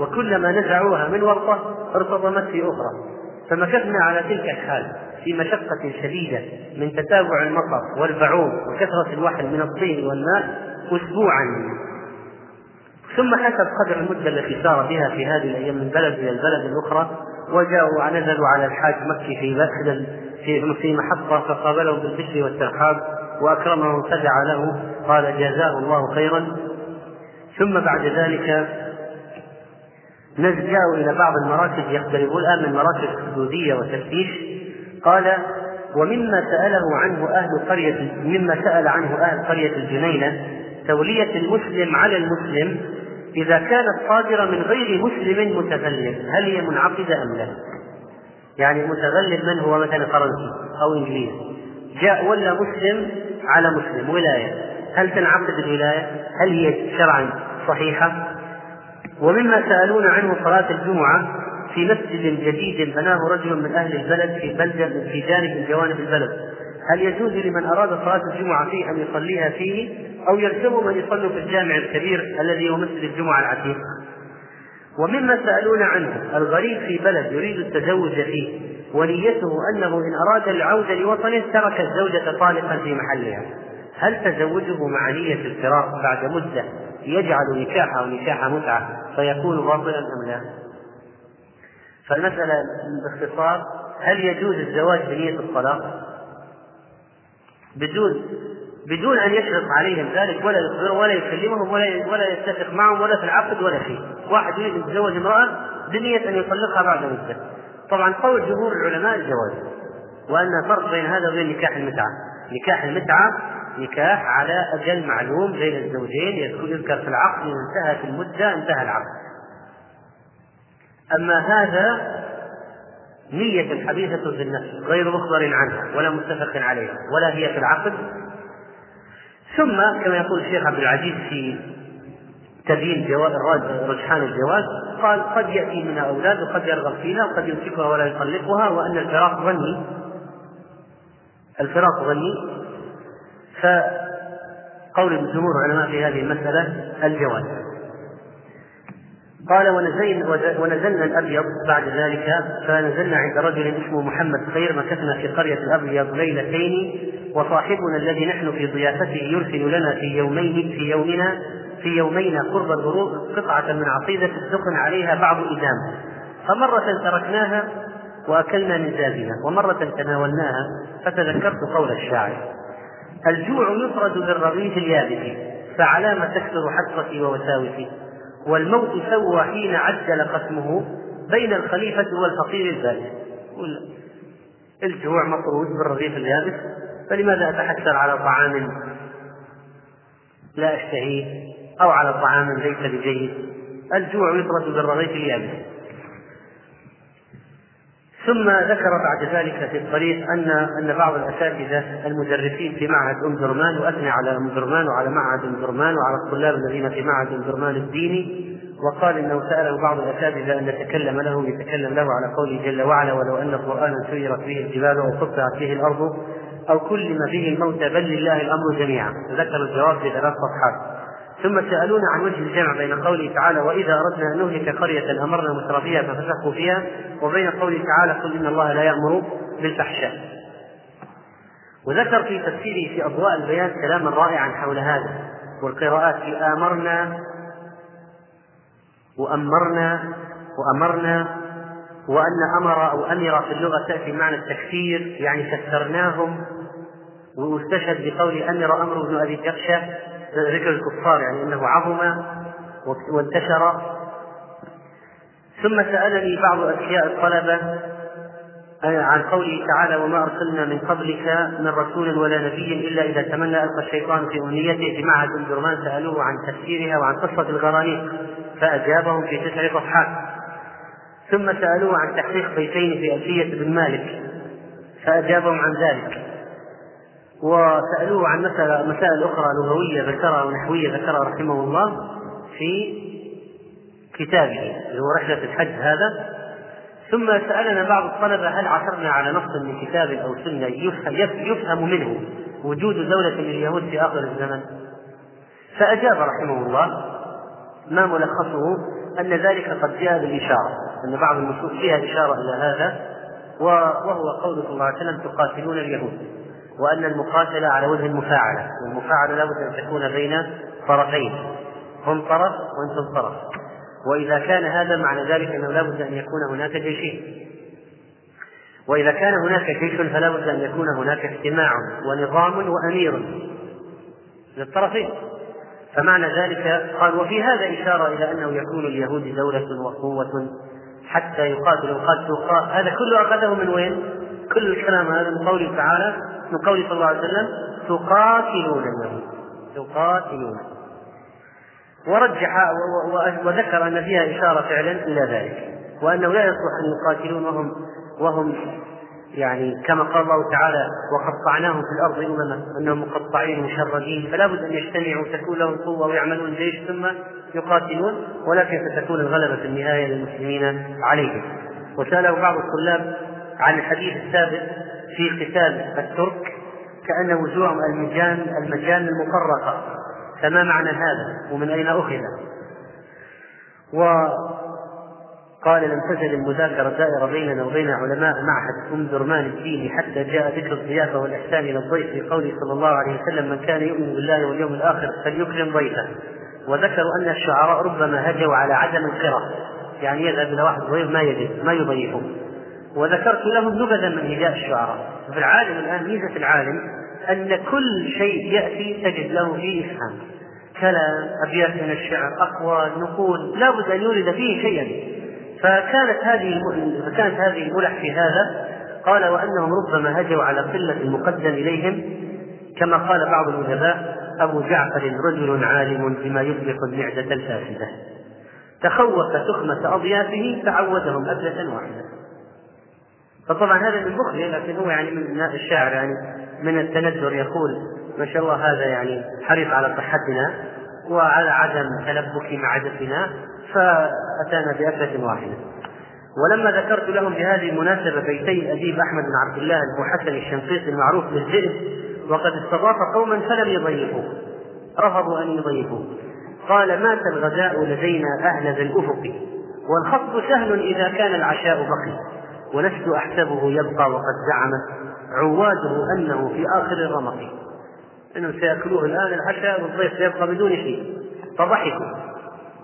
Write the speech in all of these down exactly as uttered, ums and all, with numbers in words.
وكلما نزعوها من ورطة ارتطمت في أخرى، فمكثنا على تلك الحال في مشقة شديدة من تتابع المطر والبعوض وكثرة الوحل من الطين والماء أسبوعا، ثم حسب قدر المدة التي سار بها في هذه الأيام من بلد إلى البلد الأخرى، وجاءوا ونزلوا على الحاج مكي في في في محطة، فقابلهم بالبشر والترحاب وأكرمه وسدع له، قال جزاه الله خيرا. ثم بعد ذلك جاءوا إلى بعض المراكز يقتربون الآن من مراكز حدودية وتفتيش. قال ومما سأله عنه أهل قرية مما سأل عنه أهل قرية الجنينة تولية المسلم على المسلم إذا كانت صادرة من غير مسلم متغلب، هل هي منعقدة أم لا؟ يعني متغلب من هو مثلا فرنسي أو إنجليزي جاء ولا مسلم على مسلم ولاية، هل تنعقد الولاية؟ هل هي شرعا صحيحة؟ ومما سألون عنه صلاة الجمعة في مسجد جديد بناه رجل من أهل البلد في بلدة في جانب من جوانب البلد، هل يجوز لمن أراد صلاة الجمعة فيه أن يصليها فيه أو يلزموا من يصلوا في الجامع الكبير الذي هو مسجد الجمعة العتيق؟ ومما سألون عنه الغريب في بلد يريد التزوج فيه ونيته أنه إن أراد العودة لوطنه ترك الزوجة طالقا في محلها، هل تزوجه مع نية الفراق بعد مدة يجعل نكاحه نكاح متعة فيكون باطلا أم لا؟ فالمسألة باختصار هل يجوز الزواج بنية الطلاق بدون بدون أن يشرط عليهم ذلك ولا يخبرهم ولا يكلمهم ولا ولا يتفق معهم ولا في العقد ولا شيء؟ واحد يريد يتزوج امرأة بنية أن يطلقها بعد مدة، طبعا قول جمهور العلماء الجواز، وأن فرق بين هذا وبين نكاح المتعة. نكاح المتعة نكاح على أجل معلوم بين الزوجين يذكر في العقد، إذا انتهت المدة انتهى العقد. أما هذا نية حديثة في النفس غير مخبر عنها ولا متفق عليها ولا هي في العقد. ثم كما يقول الشيخ عبد العزيز في تبيين جواز رجحان الجواز، قال قد يأتي منها أولاد وقد يرغب فيها وقد يمسكها ولا يطلقها، وأن الفراق ظني الفراق ظني فقول الجمهور العلماء في هذه المسألة الجواز. قال ونزلنا الأبيض بعد ذلك، فنزلنا عند رجل اسمه محمد خير، مكثنا في قرية الأبيض ليلتين، وصاحبنا الذي نحن في ضيافته يرسل لنا في يومين في يومنا في يومين قرب الغروب قطعة من عصيدة السخن عليها بعض إدام، فمرة تركناها وأكلنا من زادنا ومرة تناولناها، فتذكرت قول الشاعر: الجوع يطرد بالرغيف اليابس فعلام تكثر حسرتي ووساوسي، والموت سوى حين عجل قسمه بين الخليفة والفقير البائس. الجوع مطرود بالرغيف اليابس، فلماذا أتحسر على طعام لا أشتهيه أو على طعام ليس بجيد؟ الجوع يطرد بالرغيف اليابس. ثم ذكر بعد ذلك في الطريق أن أن بعض الأساتذة المدرسين في معهد أم درمان، وأثنى على أم درمان وعلى معهد أم درمان وعلى الطلاب الذين في معهد أم درمان الديني، وقال إنه سأله بعض الأساتذة أن يتكلم له يتكلم له على قوله جل وعلا: ولو أن قرآنا سيرت به الجبال وقطعت به الأرض أو كلم به الموتى بل لله الأمر جميعا. ذكر الجواب في ثلاث صفحات. ثم سألونا عن وجه الجمع بين قوله تعالى: وإذا أردنا أن نهلك قرية أمرنا مترفيها ففسقوا فيها، وبين قوله تعالى: قل إن الله لا يأمر بالفحشاء. وذكر في تفسيره في أضواء البيان كلاما رائعا حول هذا، والقراءات في آمرنا وأمرنا وأمرنا، وأن أمر أو أمر في اللغة تأتي معنى التكثير، يعني كثرناهم. واستشهد بقول أمر أمر بن أبي جقشة ذكر الكفار، يعني أنه عظم وانتشر. ثم سألني بعض أشياء الطلبة عن قوله تعالى: وما أرسلنا من قبلك من رسول ولا نبي إلا إذا تمنى ألقى الشيطان في أمنيته. في معهد أم درمان سألوه عن تفسيرها وعن قصة الغرانيق فأجابهم في تسع صفحات. ثم سألوه عن تحقيق بيتين في ألفية بن مالك فأجابهم عن ذلك. وسألوه عن مسائل أخرى لغوية ذكرها ونحوية ذكرها رحمه الله في كتابه اللي هو رحلة الحج هذا. ثم سألنا بعض الطلبة: هل عثرنا على نص من كتاب أو سنة يفهم منه وجود دولة لليهود في آخر الزمن؟ فأجاب رحمه الله ما ملخصه أن ذلك قد جاء بالإشارة، أن بعض النصوص فيها إشارة إلى هذا، وهو قول صلى الله عليه وسلم تقاتلون اليهود، وأن المقاتلة على وجه المفاعلة، والمفاعلة لابد أن تكون بين طرفين، هم طرف وأنتم طرف. وإذا كان هذا معنى ذلك أنه لابد أن يكون هناك جيشين، وإذا كان هناك جيش فلا بد أن يكون هناك اجتماع ونظام وأمير للطرفين. فمعنى ذلك قال وفي هذا إشارة إلى أنه يكون اليهود دولة وقوة حتى يقاتلوا قد هذا كله أخذه من وين؟ كل الكلام هذا من قوله تعالى، من قوله صلى الله عليه وسلم تقاتلون اليهود، تقاتلون، ورجح وذكر أن فيها إشارة فعلا إلى ذلك، وأنه لا يصلح أن يقاتلون وهم وهم يعني كما قال الله تعالى وقطعناهم في الأرض أمما أنهم مقطعين مشردين، فلا بد أن يجتمعوا تكون لهم قوة ويعملون جيش ثم يقاتلون، ولكن ستكون الغلبة في النهاية للمسلمين عليهم. وسأله بعض الطلاب عن الحديث السابق في قتال الترك كأن وجوههم المجان المجان المفرقة، فما معنى هذا ومن أين أخذ؟ وقال لم تزل المذاكرة دائرة بيننا وبين علماء معهد أم درمان الدين حتى جاء ذكر الضيافة والإحسان إلى الضيف في قوله صلى الله عليه وسلم من كان يؤمن بالله واليوم الآخر فليكرم ضيفه. وذكروا أن الشعراء ربما هجوا على عدم القرى، يعني يذهب إلى واحد ضيف ما يجد ما يضيفه. وذكرت لهم نبذا من هجاء الشعراء. في العالم الآن ميزة العالم أن كل شيء يأتي تجد له فيه إفهام، كلام، أبيات من الشعر، أقوال، نقول، لا بد أن يورد فيه شيئا. فكانت هذه فكانت هذه الملح في هذا. قال وأنهم ربما هجوا على قلة المقدم إليهم، كما قال بعض الأدباء أبو جعفر رجل عالم بما يطلق المعدة الفاسدة تخوف تخمة أضيافه فعودهم أكلة واحدة. فطبعا هذا من بخله، لكن هو يعني من الشاعر يعني من التندر يقول ما شاء الله هذا يعني حريص على صحتنا وعلى عدم تلبك معدتنا فأتانا بأكلة واحدة. ولما ذكرت لهم بهذه المناسبة بيتي الأديب أحمد بن عبد الله أبو حسن الشنقيطي المعروف بالذئب وقد استضاف قوما فلم يضيفوه، رفضوا أن يضيفوه، قال مات الغداء لدينا أهل ذا الأفق والخطب سهل إذا كان العشاء بقي ولست أحسبه يبقى وقد زعم عواده أنه في آخر الرمق، أنهم سيأكلوه الآن العشاء والضيف سيبقى بدون شيء، فضحكوا.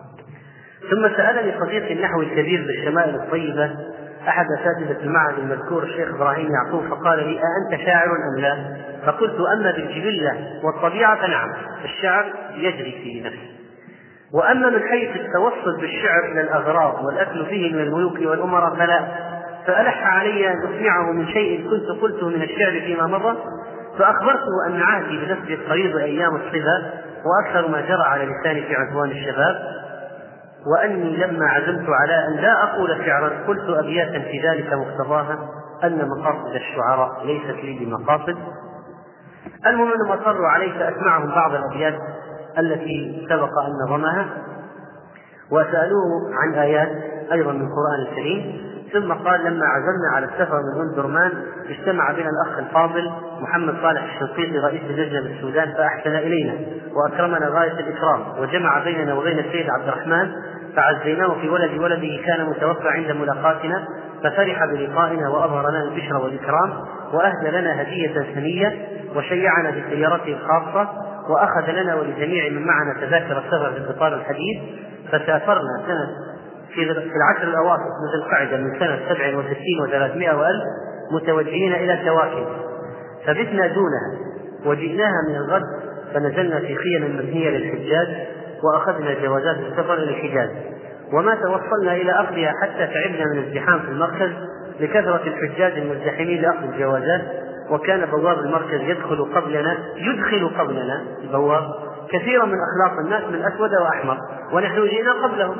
ثم سألني صديقي النحوي الكبير بالشمائل الطيبة أحد أساتذة المعهد المذكور الشيخ إبراهيم يعقوب فقال لي أأنت شاعر أم لا؟ فقلت أما بالجبلة والطبيعة فنعم، الشعر يجري في نفسي، وأما من حيث التوصل بالشعر إلى الأغراض والأكل فيه من الملوك والأمراء فلا. فألح علي أن أسمعه من شيء كنت قلته من الشعر فيما مضى، فأخبرته أن عهدي بنفسي القريب أيام الصبا وأكثر ما جرى على لساني في عنفوان الشباب، وأني لما عزمت على أن لا أقول شعرا قلت أبياتا في ذلك مقتضاها أن مقاصد الشعراء ليست لي بمقاصد. المهم أنهم أصروا علي فأسمعهم بعض الأبيات التي سبق أن نظمها وسألوه عن آيات أيضا من القرآن الكريم. ثم قال لما عزمنا على السفر من أم درمان اجتمع بنا الأخ الفاضل محمد صالح الشنقيطي رئيس لجنة السودان فأحسن إلينا وأكرمنا غاية الإكرام وجمع بيننا وبين السيد عبد الرحمن فعزيناه في ولد ولده كان متوفى عند ملاقاتنا ففرح بلقائنا وأظهر لنا البشرى والإكرام وأهدى لنا هدية سنية وشيعنا بسيارته الخاصة وأخذ لنا ولجميع من معنا تذاكر السفر في القطار الحديث. فسافرنا سنة في العشر الأواسط من ذي القعدة من سنة سبع وستين وثلاثمائة وألف متوجهين إلى كواكب فبتنا دونها وجئناها من الغد فنزلنا في خيم مبنية للحجاج وأخذنا جوازات السفر إلى الحجاز وما توصلنا إلى أخذها حتى تعبنا من الازدحام في المركز لكثرة الحجاج المزدحمين لأخذ الجوازات. وكان بواب المركز يدخل قبلنا يدخل قبلنا البواب كثيرا من أخلاق الناس من أسود وأحمر ونحن جئنا قبلهم.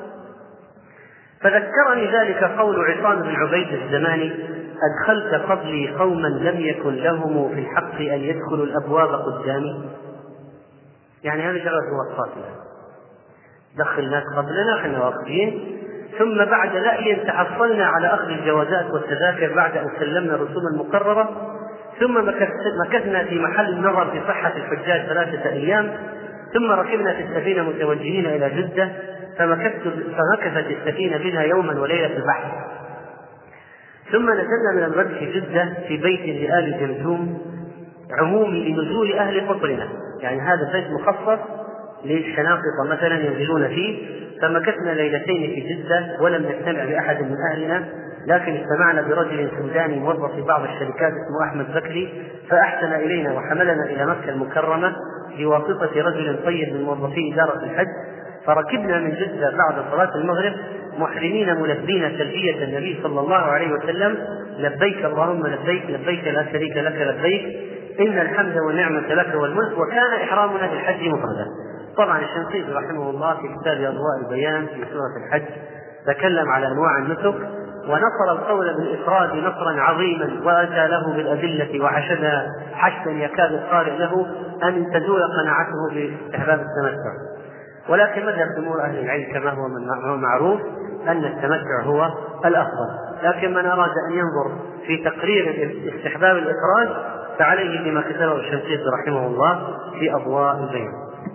فذكرني ذلك قول عصام بن عبيد الزماني أدخلت قبلي قوما لم يكن لهم في الحق أن يدخلوا الأبواب قدامي، يعني هذه شغلة وصفاتنا دخل ناس قبلنا احنا واقفين ثم بعد لأي تحصلنا على أخذ الجوازات والتذاكر بعد أن سلمنا الرسوم المقررة ثم مكثنا في محل النظر في صحة الحجاج ثلاثة أيام ثم ركبنا في السفينة متوجهين إلى جدة، فمكثت السفينة بنا يوما وليلة في البحر. ثم نزلنا من الغد في جدة في بيت لآل جمجوم عمومي لنزول أهل قطرنا، يعني هذا بيت مخصص للشناقطة مثلا ينزلون فيه. فمكثنا ليلتين في جدة ولم نجتمع بأحد من أهلنا، لكن استمعنا برجل سوداني موظف في بعض الشركات اسمه أحمد بكري، فأحسن إلينا وحملنا إلى مكة المكرمة بواسطة رجل طيب من موظفي إدارة الحج. فركبنا من جدة بعد صلاة المغرب محرمين ملبين تلبية النبي صلى الله عليه وسلم: لبيك اللهم لبيك لبيك لا شريك لك لبيك إن الحمد والنعمة لك والملك. وكان إحرامنا بالحج مفردا. طبعا الشنقيطي رحمه الله في كتاب أضواء البيان في سورة الحج تكلم على أنواع النسك ونصر القول بالإفراد نصرا عظيما، وأتى له بالأدلة وحشدها حشدا يكاد القارئ له أن تزول قناعته باستحباب التمتع. ولكن مذهب جمهور أهل العلم كما هو معروف أن التمتع هو الأفضل، لكن من أراد أن ينظر في تقرير استحباب الإفراد فعليه بما كتبه الشنقيطي رحمه الله في أضواء البيان.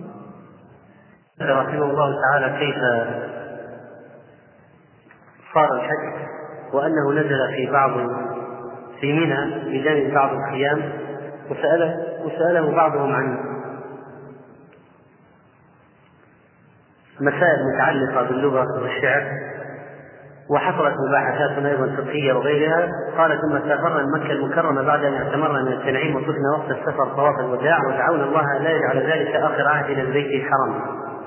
رحمه الله تعالى كيف صار الحج، وأنه نزل في بعض في منى بجانب بعض الخيام، وسأله, وسأله بعضهم عن مسائل متعلقة باللغة والشعر، وحصلت مباحثات أيضا فقهية وغيرها. قال: ثم سافرنا مكة المكرمة بعد أن اعتمرنا من التنعيم وطفنا وقت السفر طواف الوداع، ودعونا الله لا يجعل ذلك آخر عهدنا بالبيت الحرام.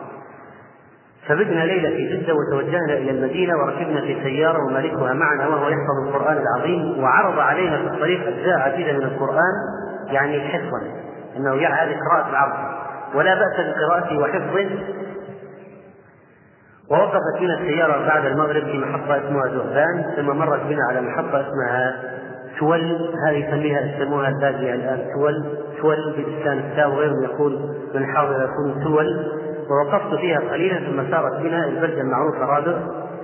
فبدنا ليلة في جدة وتوجهنا إلى المدينة وركبنا في سيارة ومالكها معنا وهو يحفظ القرآن العظيم، وعرض علينا في الطريق أجزاء عديدة من القرآن يعني حفظا، أنه يعني قراءة العرض ولا بأس بقراءته وحفظه. ووقفت بنا السيارة بعد المغرب في محطة اسمها ذهبان، ثم مرت بنا على محطة اسمها تول، هذه يسميها يسموها البادية الآن تول تول بإسكان التاء، وغيرهم يقول من حاول يكون تول. ووقفت فيها قليلا ثم سارت بنا البلدة المعروفة رابغ.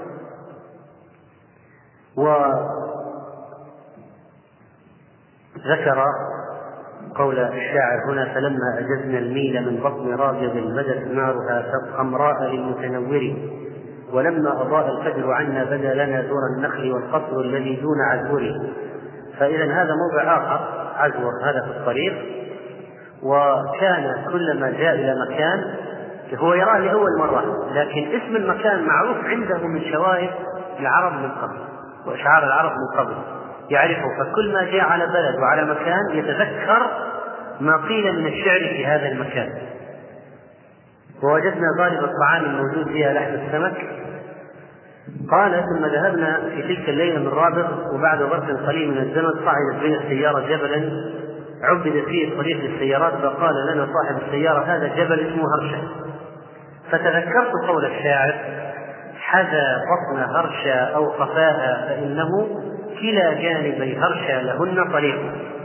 وذكر قول الشاعر هنا: فلما أجزنا الميل من بطن رابغ بدت نارها حمراء للمتنور، ولما أضاء الفجر عنا بدا لنا دور النخل والقصر الذي دون عزور. فإذا هذا موضع آخر عزور هذا في الطريق. وكان كلما جاء إلى مكان هو يراه لأول مرة، لكن اسم المكان معروف عنده من شوائب العرب من قبل وإشعار العرب من قبل يعرفه، فكل ما جاء على بلد وعلى مكان يتذكر ما قيل من الشعر في هذا المكان. ووجدنا غالب الطعام الموجود فيها لحم السمك. قال: ثم ذهبنا في تلك الليلة من رابغ، وبعد ظرف قليل من الزمن صعدت بنا السيارة جبلا عبدت فيه الطريق للسيارات، فقال لنا صاحب السيارة: هذا جبل اسمه هرشة. فتذكرت قول الشاعر: حذا بطن هرشة أو قفاها فإنه كلا جانبي هرشة لهن طريق.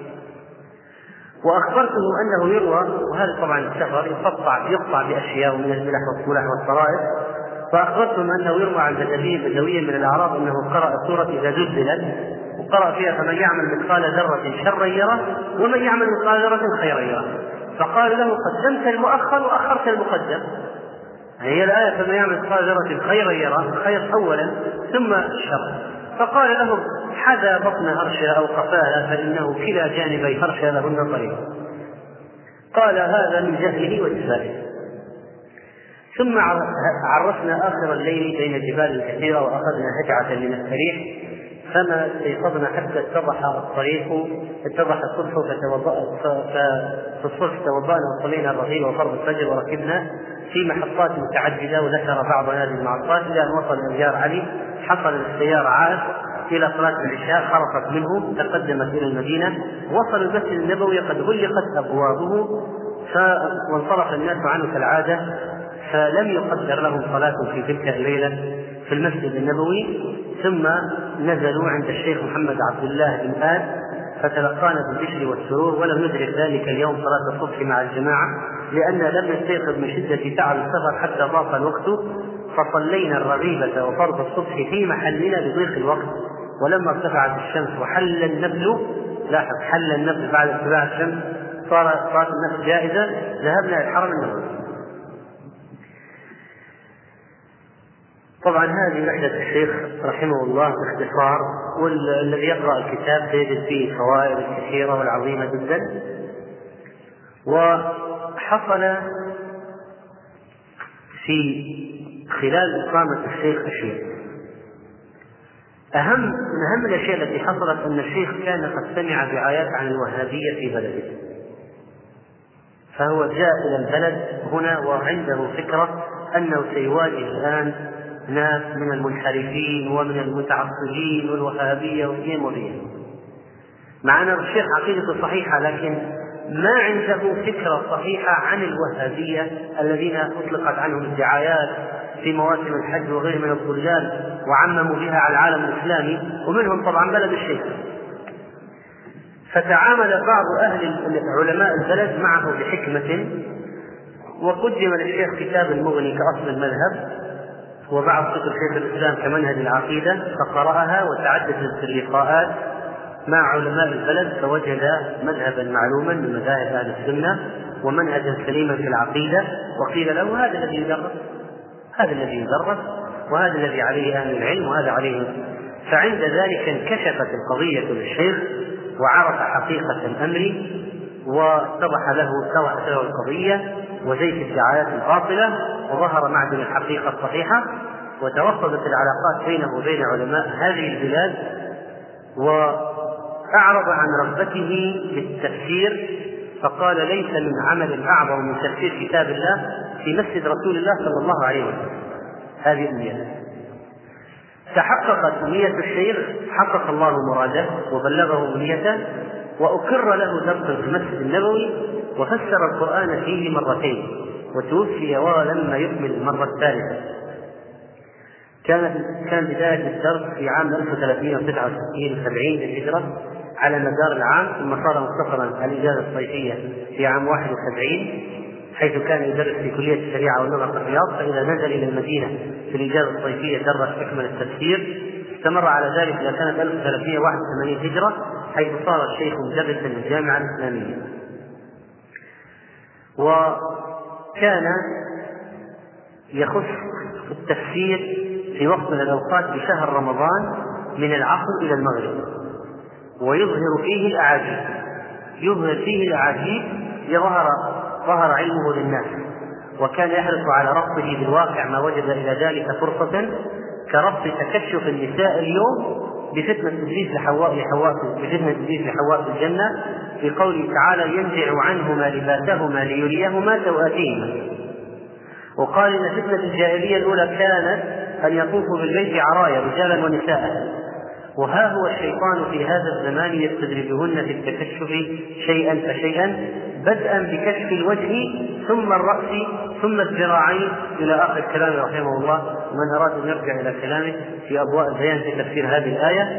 وأخبرته أنه يروى، وهذا طبعا السفر يقطع يقطع بأشياء من الملح والصلح والطرائف، فأخبرتهم أنه يروى عن بدوي بدوي من الأعراب أنه قرأ سورة إذا زلزلت، وقرأ فيها: فمن يعمل مثقال ذرة شرا يره ومن يعمل مثقال ذرة خيرا يره. فقال له: قدمت المؤخر وأخرت المقدم. هي الآية: فمن يعمل مثقال ذرة خيرا يره، الخير أولا ثم الشر. فقال له: حذا بطن هرشة أو قفاها فإنه كلا جانبي هرشة لهن طريق. قال: هذا من جهله وإسفاره. ثم عرفنا آخر الليل بين جبال كثيرة وأخذنا هجعة لنستريح، فما استيقظنا حتى اتضح الطريق اتضح الصبح ففي الصبح توضأنا وصلينا الرغيب وفرض الفجر وركبنا في محطات متعددة. وذكر بعض هذه المحطات إلى أن وصل إنجار علي، حصل السيارة عاد إلى صلاة العشاء، خرجت منه تقدمت إلى المدينة، وصل المسجد النبوي قد غلقت أبوابه، وانصرف الناس عنه كالعادة، فلم يقدر لهم صلاة في تلك الليلة في المسجد النبوي. ثم نزلوا عند الشيخ محمد عبد الله بن آل فتلقانا بالبشر والسرور، ولم ندرك ذلك اليوم صلاة الصبح مع الجماعة لأننا لم نستيقظ من شدة تعب السفر حتى ضاق الوقت، فصلينا الرغيبة وفرض الصبح في محلنا بضيق الوقت. ولما ارتفعت الشمس وحل النبل، لاحظ حل النبل بعد ارتفاع الشمس، صارت صلاة النبل جائزة، ذهبنا إلى الحرم النبوي طبعا هذه رحلة الشيخ رحمه الله باختصار، والذي يقرأ الكتاب سيجد فيه فوائد كثيرة والعظيمة جدا. وحصل في خلال إقامة الشيخ أشياء. أهم من أهم الأشياء التي حصلت أن الشيخ كان قد سمع دعايات عن الوهابية في بلده، فهو جاء إلى البلد هنا وعنده فكرة أنه سيواجه الآن ناس من المنحرفين ومن المتعصبين والوهابية وفيهم وفيهم، مع أن الشيخ عقيدته صحيحة، لكن ما عنده فكرة صحيحة عن الوهابية الذين أطلقت عنهم الدعايات في مواسم الحج وغيره من الضلال وعمموا بها على العالم الإسلامي، ومنهم طبعا بلد الشيخ. فتعامل بعض أهل علماء البلد معه بحكمة، وقدم للشيخ كتاب المغني كأصل المذهب، وبعض كتب شيخ الإسلام كمنهج العقيدة، فقرأها وتعددت اللقاءات مع علماء البلد، فوجد مذهبا معلوما من مذاهب أهل السنة ومنهجا سليما في العقيدة، وقيل له هذا الذي يدرس هذا الذي يدرس وهذا الذي عليه أهل العلم وهذا عليه. فعند ذلك انكشفت القضية للشيخ وعرف حقيقة الأمر، واتضح له اتضحت له القضية وزيت الدعايات الباطلة، وظهر معدن الحقيقة الصحيحة، وتوصلت العلاقات بينه وبين علماء هذه البلاد، وأعرض عن رغبته بالتفسير، فقال ليس من عمل أعظم من تفسير كتاب الله في مسجد رسول الله صلى الله عليه وسلم. هذه النية تحققت نية الشيخ، حقق الله مراده وبلغه نيته، وأقر له درس في المسجد النبوي، وفسر القرآن فيه مرتين، وتوفي ولما يكمل المرة الثالثة. كانت كان بداية الدرس في عام ألف وثلاثمائة وتسعة وستين سبعين للهجرة على مدار العام، ثم صار مختصرا الإجازة الصيفية في عام واحد وسبعين، حيث كان يدرس في كلية الشريعة واللغة في الرياض، فإذا نزل إلى المدينة في الإجازة الصيفية درس أكمل التفسير. استمر على ذلك إلى سنة ألف وثلاثمائة وواحد وثمانين هجرة، حيث صار الشيخ مدرسا للجامعة الإسلامية. وكان يخص التفسير في وقت من الأوقات بشهر رمضان من العصر إلى المغرب، ويظهر فيه الأعاجيب يظهر فيه الأعاجيب يظهر ظهر علمه للناس، وكان يحرص على ربطه بالواقع ما وجد إلى ذلك فرصة، كربط تكشف النساء اليوم بفتنة إبليس لحواء لحواء بفتنة إبليس لحواء في الجنة، في قوله تعالى ينزع عنهما لباسهما ليريهما سوآتهما. وقال إن فتنة الجاهلية الأولى كانت أن يطوفوا بالبيت عرايا رجالا ونساء، وها هو الشيطان في هذا الزمان يستدرجهن في التكشف شيئا فشيئا، بدءا بكشف الوجه ثم الرأس ثم الذراعين إلى آخر كلامه رحمه الله. من أراد أن يرجع إلى كلامه في أبواب البيان في تفسير هذه الآية.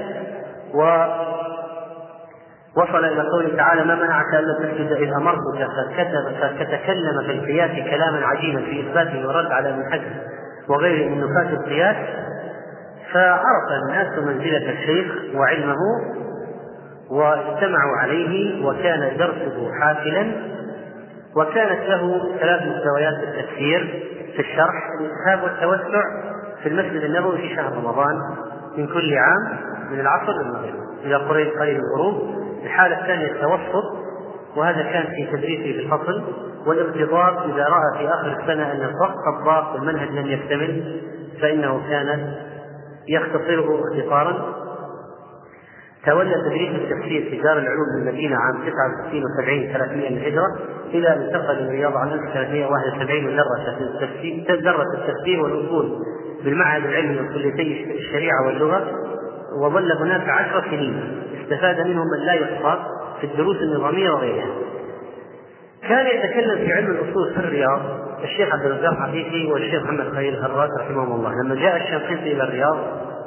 ووصل إلى قوله تعالى ما منعك ألا تسجد إذ أمرتك، فتكلم في القياس كلاما عجيبا في إثباته ورد على ابن حزم وغيره من نقاش القياس. فعرف الناس منزلة الشيخ وعلمه واجتمعوا عليه، وكان درسه حافلا، وكانت له ثلاث مستويات في التفسير في الشرح: الإسهاب والتوسع في المسجد النبوي في شهر رمضان من كل عام من العصر للمغرب إلى قريب قريب الغروب. الحالة الثانية التوسط، وهذا كان في تدريسه بالفصل، والاقتضاب إذا رأى في آخر السنة أن الوقت قد ضاق والمنهج لم يكتمل فإنه كان يختصره اختصارا. تولى تدريس التفسير في دار العلوم بالمدينة عام تسعة وستين وسبعين ثلاثمائة للهجرة، إلى أن انتقل إلى الرياض عام ألف وثلاثمائة وواحد وسبعين ودرس التفسير درس التفسير والأصول بالمعهد العلمي وكليتي الشريعة واللغة، وظل هناك عشر سنين استفاد منهم من لا يحصى في الدروس النظامية وغيرها. كان يتكلم في علم الأصول في الرياض الشيخ عبد الرزاق حقيقي والشيخ محمد خليل الهراس رحمهم الله. لما جاء الشنقيطي إلى الرياض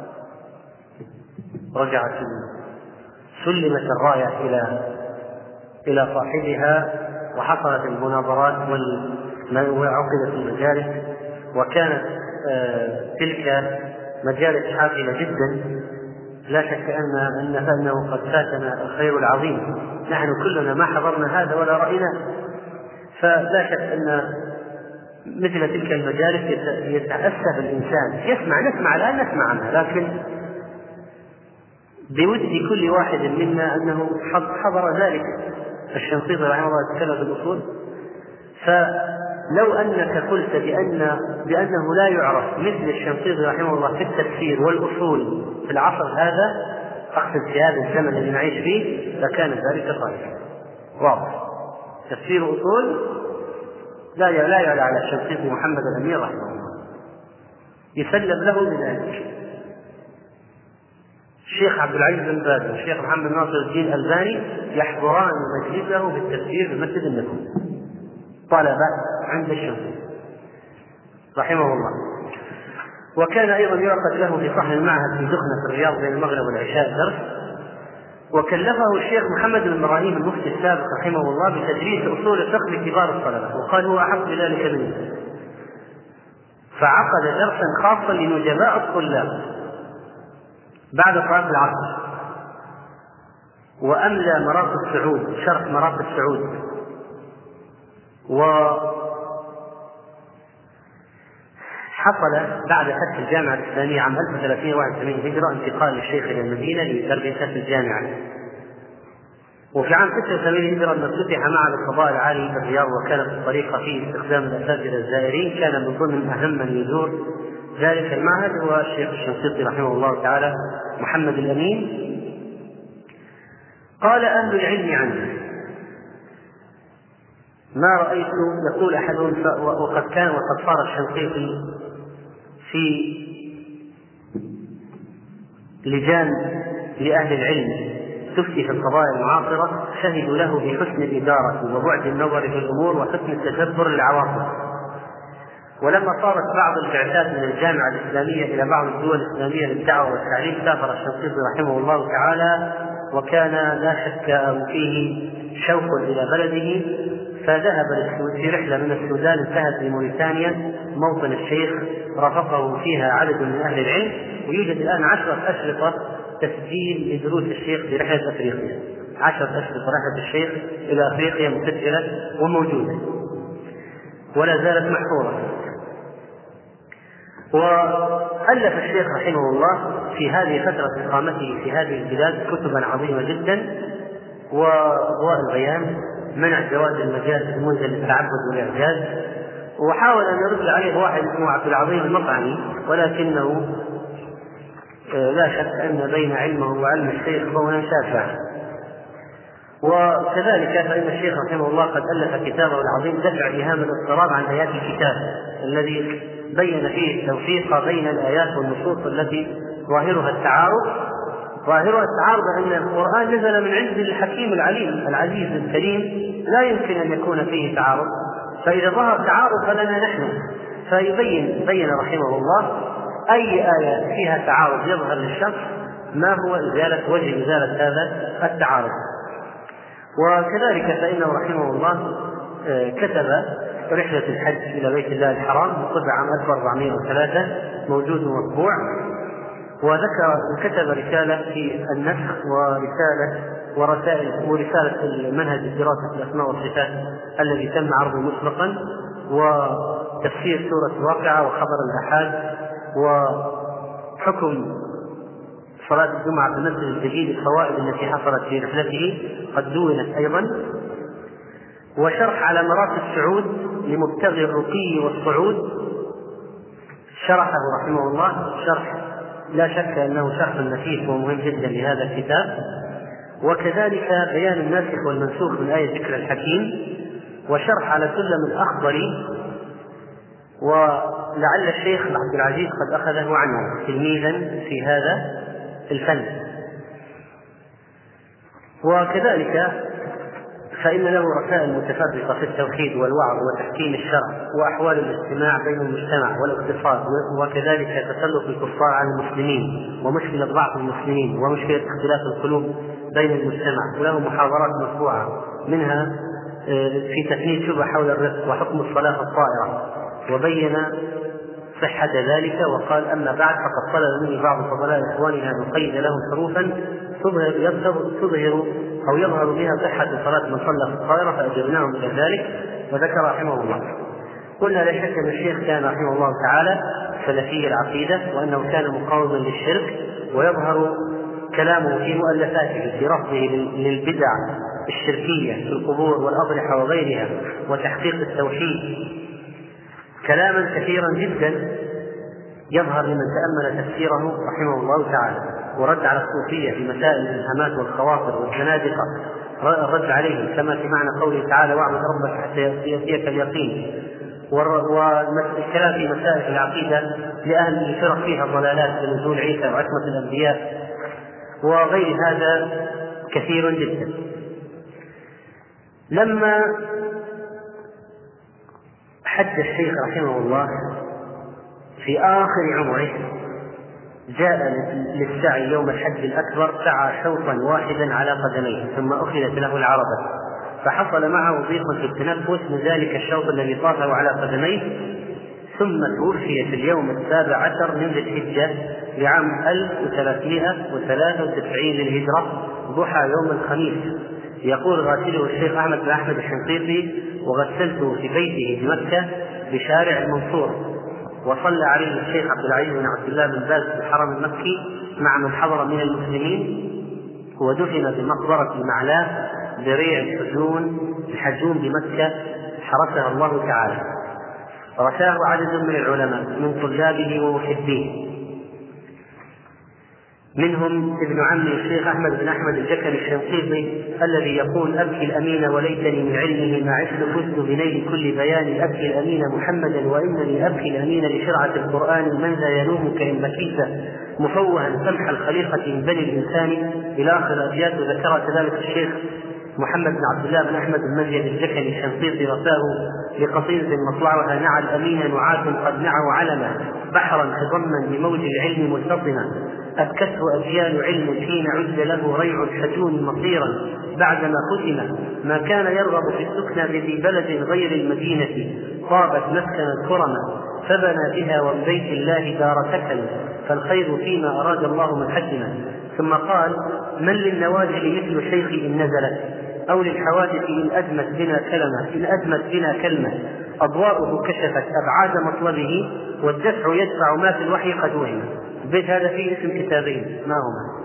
رجعت سلمت الراية إلى إلى صاحبها، وحصلت المناظرات وعقدت المجالس، وكانت آه تلك مجالس حافلة جدا. لا شك أن أن فإنه قد فاتنا الخير العظيم، نحن كلنا ما حضرنا هذا ولا رأينا. فلا شك أن مثل تلك المجالس يتأسف الإنسان، يسمع نسمع الآن نسمع عنها، لكن بود كل واحد منا أنه حضر ذلك. الشنقيطي رحمه الله يتكلم في الأصول، فلو أنك قلت بأن بأنه لا يعرف مثل الشنقيطي رحمه الله في التفسير والأصول في العصر هذا، أقصد في هذا الزمن الذي نعيش فيه، لكان ذلك صحيحا واضح. تفسير أصول لا لا يعلى على الشنقيطي محمد الأمير رحمه الله، يسلم له بذلك. الشيخ عبد العزيز بن باز والشيخ محمد ناصر الدين الألباني يحضران مجلسه بالتفسير في مسجد النبوي، طلبة عند الشنقيطي رحمه الله. وكان أيضا يعقد له في صحن المعهد في دخنة في الرياض بين المغرب والعشاء درس. وكلفه الشيخ محمد بن إبراهيم المفتي السابق رحمه الله بتدريس أصول الفقه لكبار الطلبة، وقال هو أحق بذلك منه، فعقد درسا خاصا لنجباء الطلاب بعد صلاة العصر، وأملى مرافق السعود شرح مرافق السعود. وحصل بعد فتح الجامعة الإسلامية عام ألف وثلاثمائة وواحد وثمانين هجرة انتقال الشيخ إلى المدينة لتربية في الجامعة. وفي عام ستة وثمانين هجرة لما افتتح معهد القضاء العالي في الرياض، وكانت الطريقة فيه استخدام الأساتذة الزائرين، كان من ضمن أهم من يزور ذلك المعهد هو الشيخ الشنقيطي رحمه الله تعالى محمد الأمين. قال أهل العلم عنه ما رأيت، يقول أحدهم وقد كان وقد صار الشنقيطي في لجان لأهل العلم تفتي في القضايا المعاصرة، شهدوا له بحسن الإدارة وبعد النظر في الأمور وحسن التدبر للعواقب. ولما صارت بعض البعثات من الجامعة الإسلامية إلى بعض الدول الإسلامية للدعوة والتعليم، سافر الشنقيطي رحمه الله تعالى، وكان لا شك فيه شوق إلى بلده، فذهب في رحلة من السودان انتهت لموريتانيا موطن الشيخ، رافقه فيها عدد من أهل العلم، ويوجد الآن عشرة أشرطة تسجيل لدروس الشيخ في رحلة أفريقيا، عشرة أشرطة رحلة الشيخ إلى أفريقيا مسجلة وموجودة ولا زالت محفورة. وألف الشيخ رحمه الله في هذه فترة إقامته في هذه البلاد كتبا عظيمة جدا، وأضواء البيان، منع جواز المجاز المنزل للتعبد والإعجاز. وحاول أن يرد عليه واحد اسمه عبد العظيم المطعمي، ولكنه لا شك أن بين علمه وعلم الشيخ بونا شاسعا. وكذلك فإن الشيخ رحمه الله قد ألف كتابه العظيم دفع إيهام الاضطراب عن آيات الكتاب، الذي بين فيه التوفيق بين الآيات والنصوص التي ظاهرها التعارض ظاهرها التعارض أن القرآن نزل من عند الحكيم العليم العزيز الكريم، لا يمكن أن يكون فيه تعارض، فإذا ظهر تعارض فلنا نحن. فيبين بين رحمه الله أي آية فيها تعارض يظهر للشخص ما هو إزالة وجه إزالة هذا التعارض. وكذلك فإنه رحمه الله كتب رحلة الحج إلى بيت الله الحرام، طبع عام ألف وأربعمائة وثلاثة، موجود ومطبوع. وذكر وكتب رسالة في النسخ ورسالة ورسائل ورسالة المنهج الدراسة في الأسماء والصفات الذي تم عرضه مسبقا، وتفسير سورة الواقعة وخبر الآحاد، وحكم صلاة الجمعة في المسجد الجديد، الفوائد التي حصلت في رحلته قد دونت أيضا، وشرح على مراتب السعود لمبتغي الرقي والصعود، شرحه رحمه الله شرح لا شك أنه شرح نفيس ومهم جدا لهذا الكتاب. وكذلك بيان الناسخ والمنسوخ من آية ذكر الحكيم، وشرح على سلم الأخضري، ولعل الشيخ عبد العزيز قد أخذه عنه تلميذا في هذا الفن. وكذلك فإن له رسائل متفرقة في التوحيد والوعظ وتحكيم الشرع وأحوال الاجتماع بين المجتمع والاقتصاد، وكذلك تسلط الكفار على المسلمين ومشكلة ضعف المسلمين ومشكلة اختلاف القلوب بين المجتمع. وله محاضرات مطبوعة منها في تثنيد شبه حول الرزق وحكم الصلاة الطائرة، وبين صحة ذلك، وقال أما بعد فقد طلب مني بعض فضلاء إخواننا أن نقيد لهم حروفا تظهر أو يظهر بها صحة صلاة من صلى في الطائرة، فأجبناهم إلى ذلك. وذكر رحمه الله قلنا لا شك أن الشيخ كان رحمه الله تعالى سلفي العقيدة، وأنه كان مقاوما للشرك، ويظهر كلامه في مؤلفاته في رفضه للبدع الشركية في القبور والأضرحة وغيرها وتحقيق التوحيد كلاما كثيرا جدا يظهر لمن تأمل تفسيره رحمه الله تعالى. ورد على الصوفية في مسائل الإلهامات والخواطر والزنادقة الرد عليهم، كما في معنى قوله تعالى واعبد ربك حتى يأتيك اليقين، والكلام في مسائل العقيدة لأهل الفرق فيها ضلالات بنزول عيسى وعصمة الأنبياء وغير هذا كثير جدا. لما حج الشيخ رحمه الله في آخر عمره جاء للسعي يوم الحج الأكبر، سعى شوطا واحدا على قدميه ثم أخذت له العربة، فحصل معه ضيق في التنفس من ذلك الشوط الذي طافه على قدميه، ثم توفي في اليوم السابع عشر من ذي الحجة لعام ألف وثلاثمائة وثلاثة وتسعين للهجرة ضحى يوم الخميس. يقول غاسله الشيخ أحمد بن أحمد الشنقيطي وغسلته في بيته بمكة بشارع المنصور، وصلى عليه الشيخ عبد العزيز بن عبد الله بن باز في الحرم المكي مع من حضر من المسلمين، ودفن بمقبرة المعلاة بريع الحجون الحجون بمكة حرسها الله تعالى. رثاه عدد من العلماء من طلابه ومحبيه، منهم ابن عمي الشيخ أحمد بن أحمد الجكني الشنقيطي الذي يقول أبكي الأمين وليتني من علمه ما عشت فزت بنيل كل بيان، أبكي الأمين محمدا وإنني أبكي الأمين لشرعة القرآن، من ذا يلومك إن بكيت مفوها سمح الخليقة من بني الإنسان إلى آخر أبيات. ذكر كذلك الشيخ محمد بن عبد الله بن أحمد المنجد الجكني الشنقيطي رثاه لقصيدة مطلعها نعى الأمين نعاة قد نعوا علما بحرا خضما بموج العلم ملتطما، أبكته أجيال علم حين عد له ريع الحجون مصيرا بعدما ختم، ما كان يرغب في السكنى بذي بلد غير المدينة طابت مسكن الكرم، فبنى بها ومن بيت الله دار سكن فالخير فيما أراد الله من حكمه. ثم قال من للنوازل مثل شيخ إن نزلت أو للحوادث إن أدمت بنا كلمة إن أدمت بنا كلمة أضواؤه كشفت أبعاد مطلبه والدفع يدفع ما في الوحي قد وهم. البيت هذا فيه اسم كتابين ما هما؟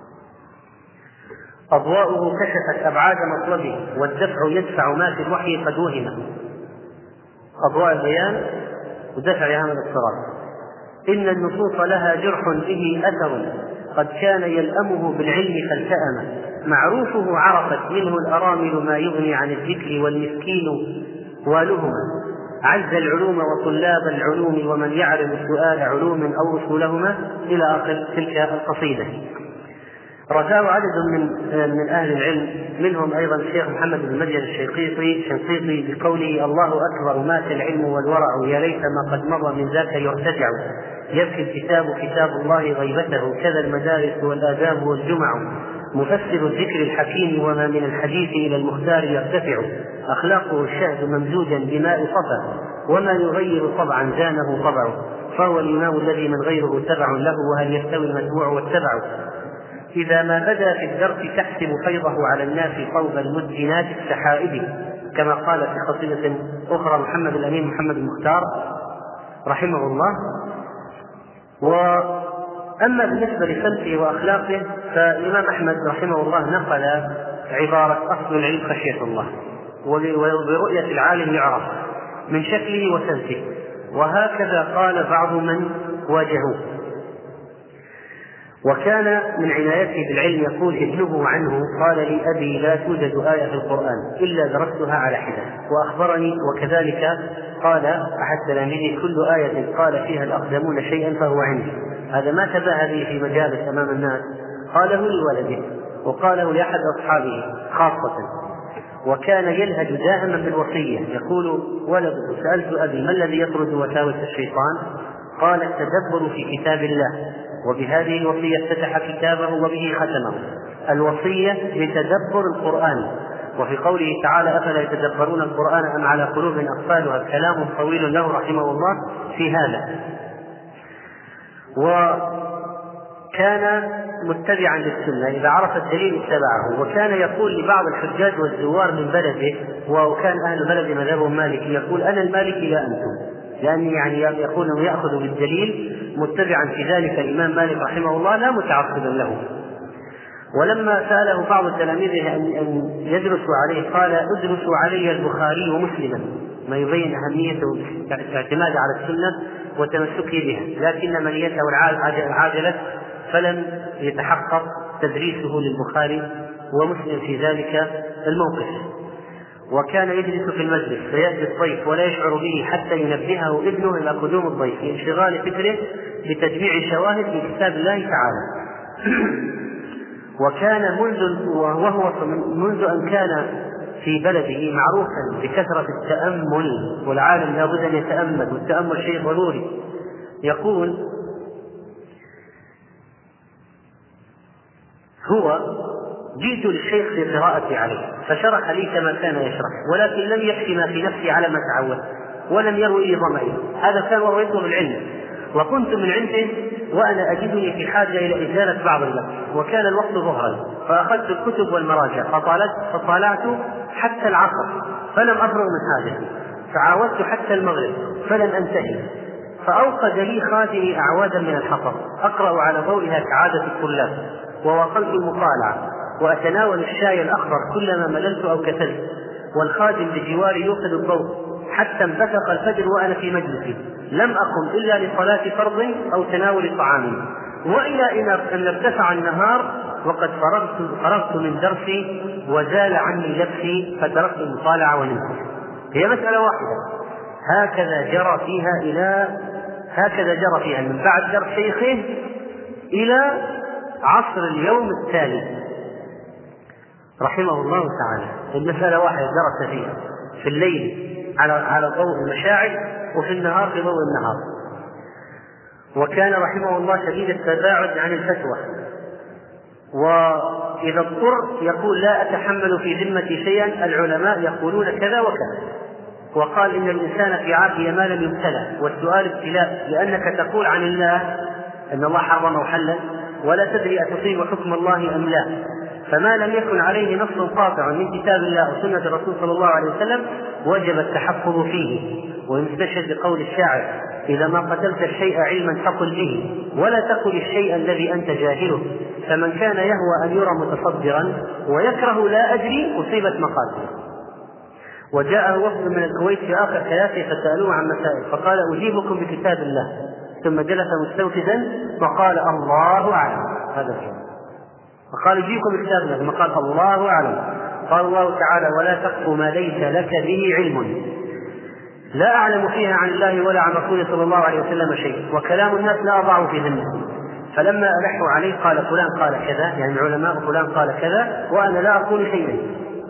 أضواؤه كشفت أبعاد مطلبه والدفع يدفع ما في الوحي قد وهم. أضواء البيان ودفع إهانة الصراط. إن النصوص لها جرح به أثر قد كان يلأمه بالعلم فالتأم، معروفه عرفت منه الأرامل ما يغني عن الذكر والمسكين والهما، عز العلوم وطلاب العلوم ومن يعرف السؤال علوم أو أصولهما إلى آخر تلك القصيدة. رثاه عدد من من أهل العلم، منهم أيضا الشيخ محمد بن مجد الشنقيطي الشنقيطي بقوله الله أكبر مات العلم والورع يا ليت ما قد مضى من ذاك يرتجع، يبكي الكتاب كتاب الله غيبته كذا المدارس والآداب والجمع، مفسر الذكر الحكيم وما من الحديث إلى المختار يرتفع، أخلاقه الشهد ممزوجا بماء صفا وما يغير طبعا زانه طبعه، فهو الإمام الذي من غيره تبع له وهل يستوي المتبوع والتبع، إذا ما بدا في الدرس تحسب فيضه على الناس صوب المدجنات السحائب، كما قال في قصيدة أخرى محمد الأمين محمد المختار رحمه الله. وأما بالنسبة لسمته وأخلاقه فالإمام أحمد رحمه الله نقل عبارة أصل العلم خشية الله، وبرؤية العالم يعرف من شكله وسمته، وهكذا قال بعض من واجهوه. وكان من عنايته بالعلم يقول ابنه عنه قال لي أبي لا توجد آية في القرآن إلا درستها على حدة، وأخبرني وكذلك قال أحد تلاميذه كل آية قال فيها الأقدمون شيئا فهو عندي. هذا ما تباهى به في مجالس أمام الناس، قاله لولده وقاله لأحد أصحابه خاصة. وكان يلهج دائما بالوصية، يقول ولده سألت أبي ما الذي يطرد وساوس الشيطان؟ قال التدبر في كتاب الله، وبهذه الوصية افتتح كتابه وبه ختمه، الوصية لتدبر القرآن. وفي قوله تعالى أفلا يتدبرون القرآن أم على قلوب أقفالها كلام طويل له رحمه الله في هذا. وكان كان متبعا للسنة، إذا عرف الدليل اتبعه. وكان يقول لبعض الحجاج والزوار من بلده، وكان أهل بلد مذهبهم مالكي، يقول أنا المالكي لا أنتم، لأني يعني يقول يأخذ بالدليل متبعا في ذلك الإمام مالك رحمه الله لا متعصبا له. ولما سأله بعض تلاميذه أن يدرسوا عليه قال ادرسوا علي البخاري ومسلما، ما يبين أهمية الاعتماد على السنة وتمسكه بها، لكن من يده العاجلة فلم يتحقق تدريسه للبخاري ومسلم في ذلك الموقف. وكان يجلس في المجلس فيأتي الضيف ولا يشعر به حتى ينبهه ابنه إلى قدوم الضيف لانشغال فكره بتجميع شواهد في كتاب الله تعالى. وكان منذ وهو منذ أن كان في بلده معروفا بكثرة التأمل، والعالم لا بد أن يتأمل، والتأمل شيء ضروري. يقول هو جئت للشيخ في قراءتي عليه فشرح لي كما كان يشرح، ولكن لم يكفي ما في نفسي على ما تعود، ولم يروي لي ضمئي. هذا كان وهو يطلب العلم، وكنت من عنده وأنا أجدني في حاجة إلى إزالة بعض اللبس، وكان الوقت ظهرا، فأخذت الكتب والمراجع فطالعت حتى العصر فلم أفرغ من حاجتي، فعاودت حتى المغرب فلم أنتهي، فأوقد لي خادمي أعوادا من الحطب أقرأ على ضوئها كعادة الطلاب، وواصلت المطالعة وأتناول الشاي الأخضر كلما مللت أو كسلت، والخادم بجواري يوقد الضوء حتى انبثق الفجر وأنا في مجلسي، لم أقم إلا لصلاة فرض أو تناول طعام، وإلى أن ارتفع النهار وقد فرغت, فرغت من درسي وزال عني لبسي فتركت المطالعة ونمت. هي مسألة واحدة هكذا جرى فيها إلى هكذا جرى فيها من بعد درس شيخه إلى عصر اليوم التالي رحمه الله تعالى. المسألة واحدة درس فيها في الليل على على ضوء المشاعر، وفي النهار في ضوء النهار. وكان رحمه الله شديد التباعد عن الفتوى، وإذا اضطر يقول لا أتحمل في ذمتي شيئا، العلماء يقولون كذا وكذا. وقال إن الإنسان في عافية ما لم يبتلى، والسؤال ابتلاء، لأنك تقول عن الله أن الله حرم وحلل ولا تدري أتصيب حكم الله أم لا، فما لم يكن عليه نص قاطع من كتاب الله وسنة الرسول صلى الله عليه وسلم وجب التحفظ فيه. ويستشهد بقول الشاعر إذا ما قتلت الشيء علما فقل به، ولا تقل الشيء الذي أنت جاهله، فمن كان يهوى أن يرى متصدرا ويكره لا أدري أصيبت مقاتل. وجاءه وفد من الكويت في آخر حياته فسألوه عن مسائل فقال أجيبكم بكتاب الله، ثم جلس مستوفدا وقال الله أعلم. هذا الجواب. فقال يجيكم بكتاب الله، ثم قال الله أعلم. قال الله تعالى ولا تقف ما ليس لك به علم، لا أعلم فيها عن الله ولا عن رسوله صلى الله عليه وسلم شيء، وكلام الناس لا أضعه في ذمتي. فلما ألحوا عليه قال فلان قال كذا، يعني العلماء فلان قال كذا وأنا لا أقول شيئا.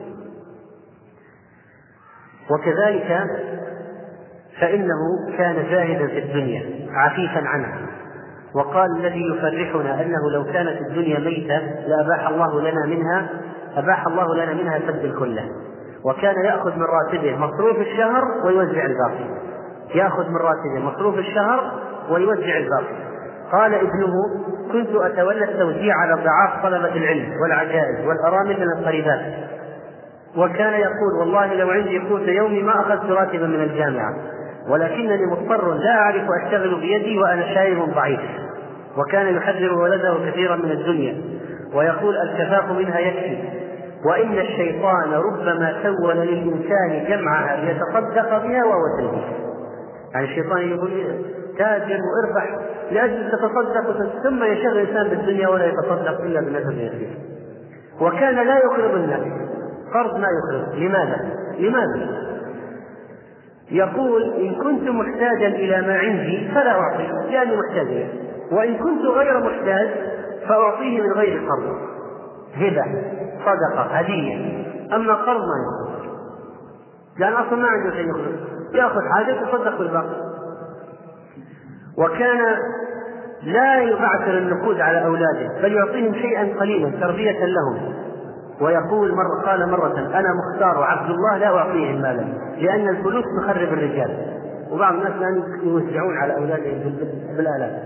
وكذلك فإنه كان زاهدا في الدنيا عفيفا عنها، وقال الذي يفرحنا أنه لو كانت الدنيا ميتة لأباح الله لنا منها أباح الله لنا منها سد الكلة. وكان يأخذ من راتبه مصروف الشهر ويوزع الباقي، يأخذ من راتبه مصروف الشهر ويوزع الباقي. قال ابنه كنت أتولى التوزيع على ضعاف طلبة العلم والعجائز والأرامل من القريبات، وكان يقول والله لو عندي قوت يومي ما أخذت راتبا من الجامعة، ولكنني مضطر لا أعرف أشتغل بيدي وأنا شايب ضعيف. وكان يحذر ولده كثيرا من الدنيا ويقول الكفاف منها يكفي، وإن الشيطان ربما سول للإنسان جمعها ليتصدق بها وهو سلبي. يعني الشيطان يقول تاجر واربح لأجل تتصدق، ثم يشغل الإنسان بالدنيا ولا يتصدق إلا بنفسه يسير. وكان لا يقرض الناس، قرض ما يقرض. لماذا؟ لماذا؟ يقول إن كنت محتاجا إلى ما عندي فلا أعطي لأني محتاج، وإن كنت غير محتاج فأعطيه من غير قرض، هبة صدقة هدية. أما قرض ما يقرض لأن أصلا ما عنده شيء يقرض، يأخذ حاجة يتصدق بالباقي. وكان لا يبعثر النقود على أولاده بل يعطيهم شيئا قليلا تربية لهم. ويقول مرة قال مرة أنا مختار عبد الله لا أعطيهم مالا لأن الفلوس تخرب الرجال. وبعض الناس الآن يوزعون على أولادهم بالآلاف،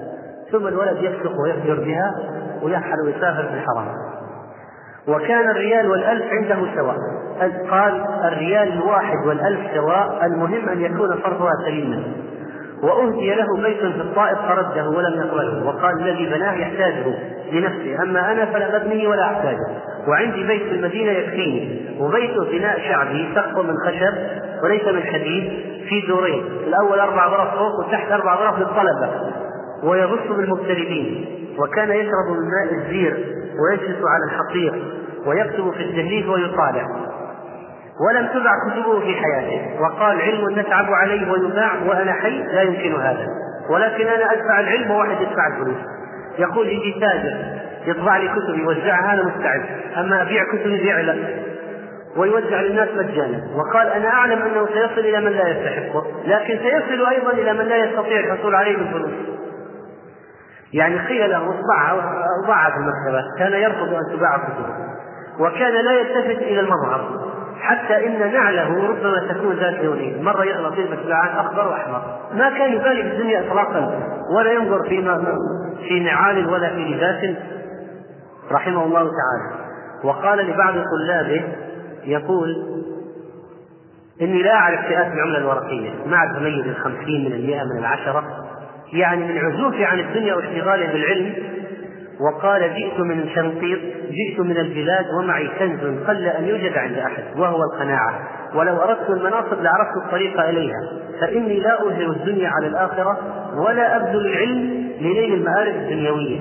ثم الولد يفسق ويفجر بها ويرحل ويسافر في الحرام. وكان الريال والألف عنده سواء. قال الريال الواحد والألف سواء، المهم أن يكون صرفها سليما. وأهدي له بيت في الطائف فرده ولم يقبله، وقال الذي بناه يحتاجه لنفسه، أما أنا فلا أبنيه ولا أحتاجه، وعندي بيت في المدينة يكفيني. وبيته بناء شعبي سقف من خشب وليس من حديد في دورين، الأول أربع غرف فوق وتحت أربع غرف للطلبة، ويغص بالمغتربين. وكان يشرب من ماء الزير ويجلس على الحصير ويكتب في التهليف ويطالع، ولم تبع كتبه في حياته. وقال علم نتعب عليه ويباع وأنا حي لا يمكن هذا، ولكن أنا أدفع العلم وواحد يدفع الفلوس. يقول يجي تاجر يطبع لي كتب يوزعها أنا مستعد، أما أبيع كتب يبيع له ويوزع للناس مجانا. وقال أنا أعلم أنه سيصل إلى من لا يستحقه، لكن سيصل أيضا إلى من لا يستطيع الحصول عليه بالفلوس. يعني قيل له اطبعها في المكتبات، كان يرفض أن تباع كتبه، وكان لا يلتفت إلى المظهر، حتى إن نعله ربما تكون ذات لونين، مرة يغلط في المتباعات أخضر وأحمر، ما كان يبالي بالدنيا إطلاقا ولا ينظر في في نعال ولا في لباس رحمه الله تعالى. وقال لبعض طلابه يقول إني لا أعرف فئات العملة الورقية، ما أعرف أميز الخمسين من المئة من العشرة، يعني من عزوفه عن الدنيا واشتغاله بالعلم. وقال جئت من شنقيط، جئت من البلاد ومعي كنز قل أن يوجد عند أحد وهو القناعة، ولو أردت المناصب لعرفت الطريق إليها، فإني لا أظهر الدنيا على الآخرة ولا أبذل العلم لنيل المآرب الدنيوية.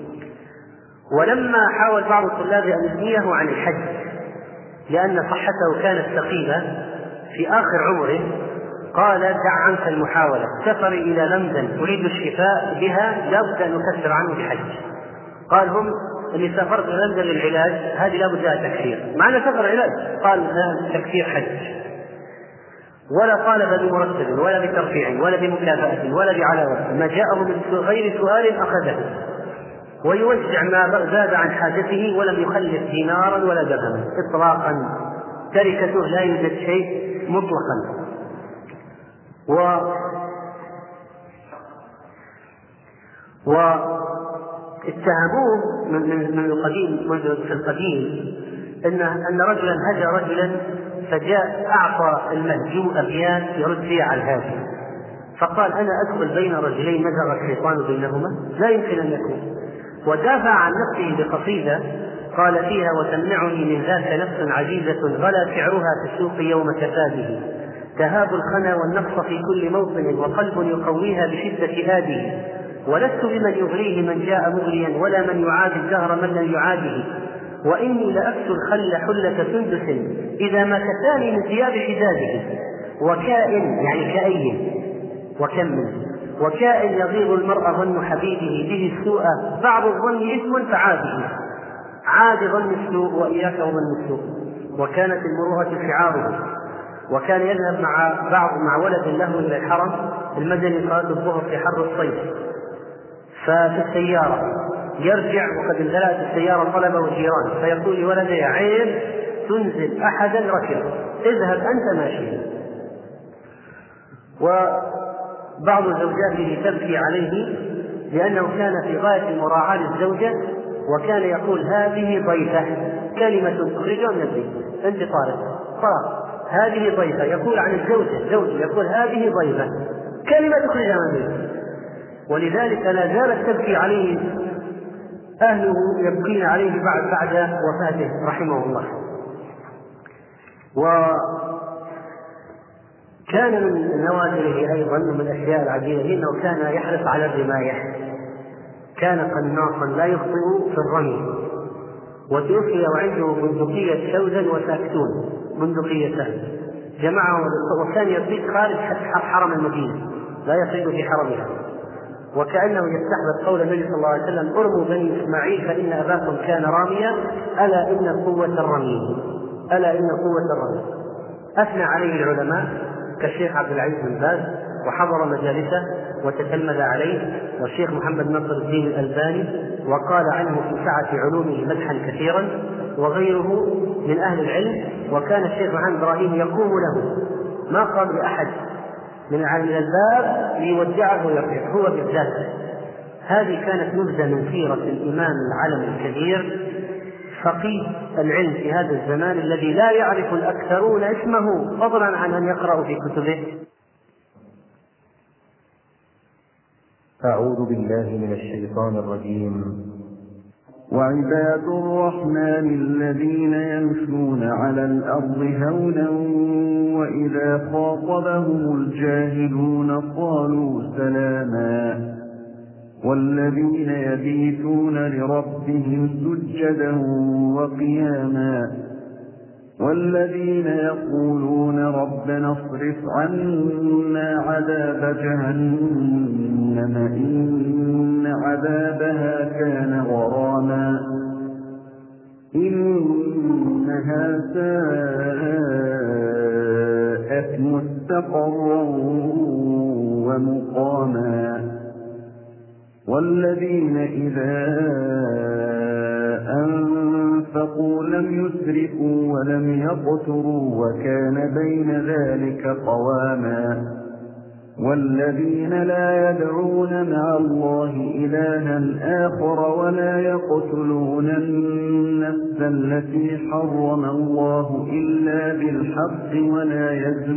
ولما حاول بعض الطلاب أن يثنيه عن الحج لأن صحته كانت ثقيلة في آخر عمره، قال دع عنك المحاولة، سفري إلى لندن أريد الشفاء بها لا بد أن أكفر عنه بحج. قال هم اللي سافرت إلى لندن للعلاج هذه لا بد لها تكفير، معنى سفر علاج، قال لا تكفير حج. ولا طالب بمرتب ولا بترفيع ولا بمكافأة ولا بعلاوة، ما جاءه من غير سؤال أخذه، ويوزع ما زاد عن حاجته ولم يخلف دينارا ولا درهما إطلاقا، تركته لا يوجد شيء مطلقا. و واتهموه من من القديم منذ في القديم ان ان رجلا هجى رجلا فجاء اعطى المهجوء ابيات يرد فيها على الهاجي، فقال انا ادخل بين رجلين نزغ الشيطان بينهما لا يمكن ان يكون، ودافع عن نفسه بقصيده قال فيها وتمنعني من ذاك نفس عزيزة غلا سعرها في السوق يوم كفاده، تهاب الخنا والنقص في كل موطن وقلب يقويها بشدة آده، ولست بمن يغريه من جاء مغريا ولا من يعادي الدهر من لم يعاده، وإني لأكسو الخل حلة سندس إذا ما كساني من ثياب حداده، وكائن يعني كأي وكم منه وكائن يغيظ المرء ظن حبيبه به السوء بعض الظن إثم فعاده، عاد ظن السوء وإياك وظن السوء، وكانت المروءة شعاره. وكان يذهب مع بعض مع ولد له إلى الحرم المدني صلاة الظهر في حر الصيف، ففي السيارة يرجع وقد امتلأت السيارة طلبة وجيران، فيقول لولده عيب تنزل أحدا ركب اذهب أنت ماشي. وبعض زوجاته تبكي عليه لأنه كان في غاية المراعاة للزوجة، وكان يقول هذه ضيفة، كلمة تخرجها من البيت، أنت طارق طارق هذه ضيفة، يقول عن الزوجة زوجي يقول هذه ضيفة، كلمة تخرجها من البيت. ولذلك لا زالت تبكي عليه أهله يبكين عليه بعد بعد وفاته رحمه الله. وكان من نوادره أيضا من الأشياء العجيبة أنه كان يحرص على الرماية، كان قناصا لا يخطئ في الرمي، وتوفي وعنده بندقية شوزن وساكتون بندقيتان جمعه، وكان يصيد خارج حرم المدينة لا يصيد في حرمها، وكأنه يستحبب قول النبي صلى الله عليه وسلم ارموا بني إسماعيل فإن أباكم كان راميا ألا إن قوة الرمي ألا إن قوة الرمي. أثنى عليه العلماء كالشيخ عبد العزيز بن باز وحضر مجالسه وتتلمذ عليه، والشيخ محمد نصر الدين الألباني وقال عنه في سعة علومه مدحا كثيرا، وغيره من أهل العلم. وكان الشيخ محمد إبراهيم يقوم له ما قام لأحد من عامل الباب ليودعه ويرجع، هو بالذات هذه كانت نبذة من سيرة الإمام العلم الكبير فقيه العلم في هذا الزمان الذي لا يعرف الأكثرون اسمه فضلا عن أن يقرأوا في كتبه. أعوذ بالله من الشيطان الرجيم. وعباد الرحمن الذين يمشون على الأرض هونا وإذا خاطبهم الجاهلون قالوا سلاما والذين يبيتون لربهم سجدا وقياما والذين يقولون ربنا اصرف عنا عذاب جهنم إن عذابها كان غراما إنها ساءت مستقرا ومقاما والذين إذا أنفقوا لم يسرفوا ولم يقتروا وكان بين ذلك قواما والذين لا يدعون مع الله إلها آخر ولا يقتلون النفس التي حرم الله إلا بالحق ولا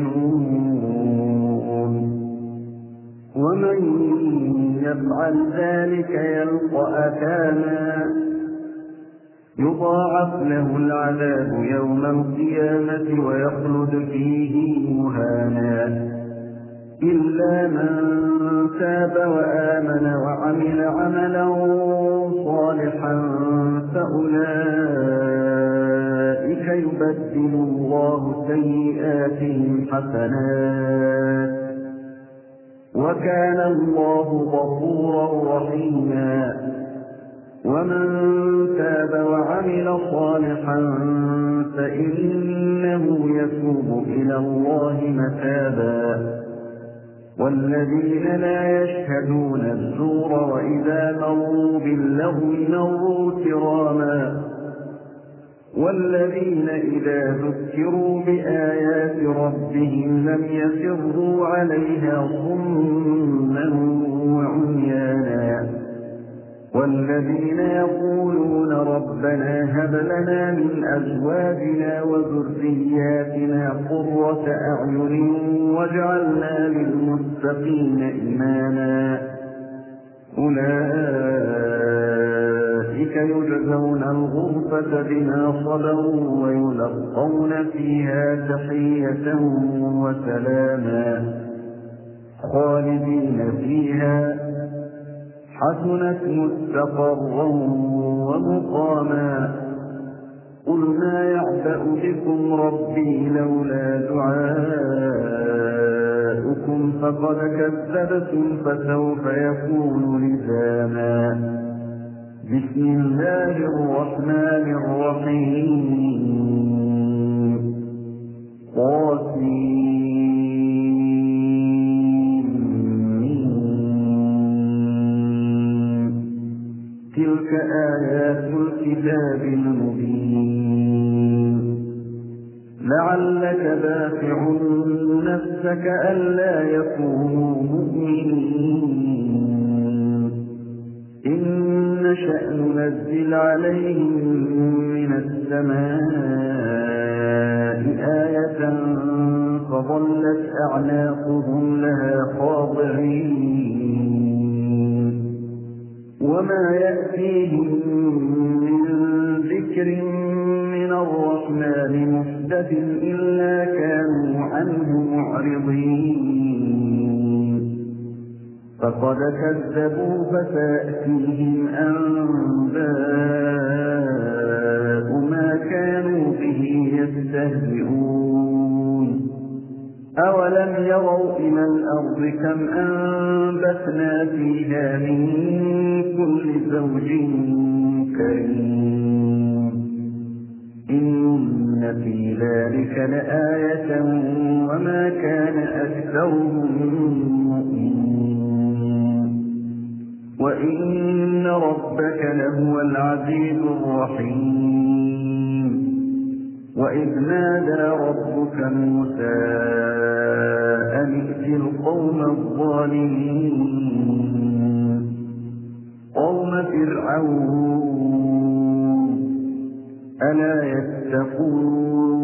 يزنون ومن يفعل ذلك يلقى أثاما يضاعف له العذاب يوم القيامة ويخلد فيه مهانا إلا من تاب وآمن وعمل عملا صالحا فأولئك يبدل الله سيئاتهم حسنات وكان الله غفورا رحيما ومن تاب وعمل صالحا فإنه يتوب إلى الله متابا والذين لا يشهدون الزور وإذا مروا باللغو مروا كراما والذين إذا ذكروا بآيات ربهم لم يخروا عليها صما وعميانا والذين يقولون ربنا هب لنا من أزواجنا وذرياتنا قرة أعين واجعلنا للمتقين إماما أولئك يجزون الغرفة بما صبروا ويلقون فيها تحية وسلاما خالدين فيها حسنت مستقرا ومقاما قل ما يعبأ بكم ربي لولا دعاؤكم فقد كذبتم فسوف يكون لزاما بسم الله الرحمن الرحيم طاسين تلك آيات الكتاب المبين لعلك باخع نفسك ألا يكونوا مؤمنين إن نشأ ننزل عليهم من السماء آية فظلت أعناقهم لها خاضعين وما يأتيهم من ذكر من الرحمن محدث إلا كانوا عنه معرضين فقد كذبوا فسيأتيهم أنباء ما كانوا به يستهزئون أولم يروا إلى الأرض كم أنبتنا فيها من كل زوج كريم إن في ذلك لآية وما كان أكثرهم مؤمنين وإن ربك لهو العزيز الرحيم وإذ نادى ربك موسى أن ائت القوم الظالمين يسعون ألا يتقون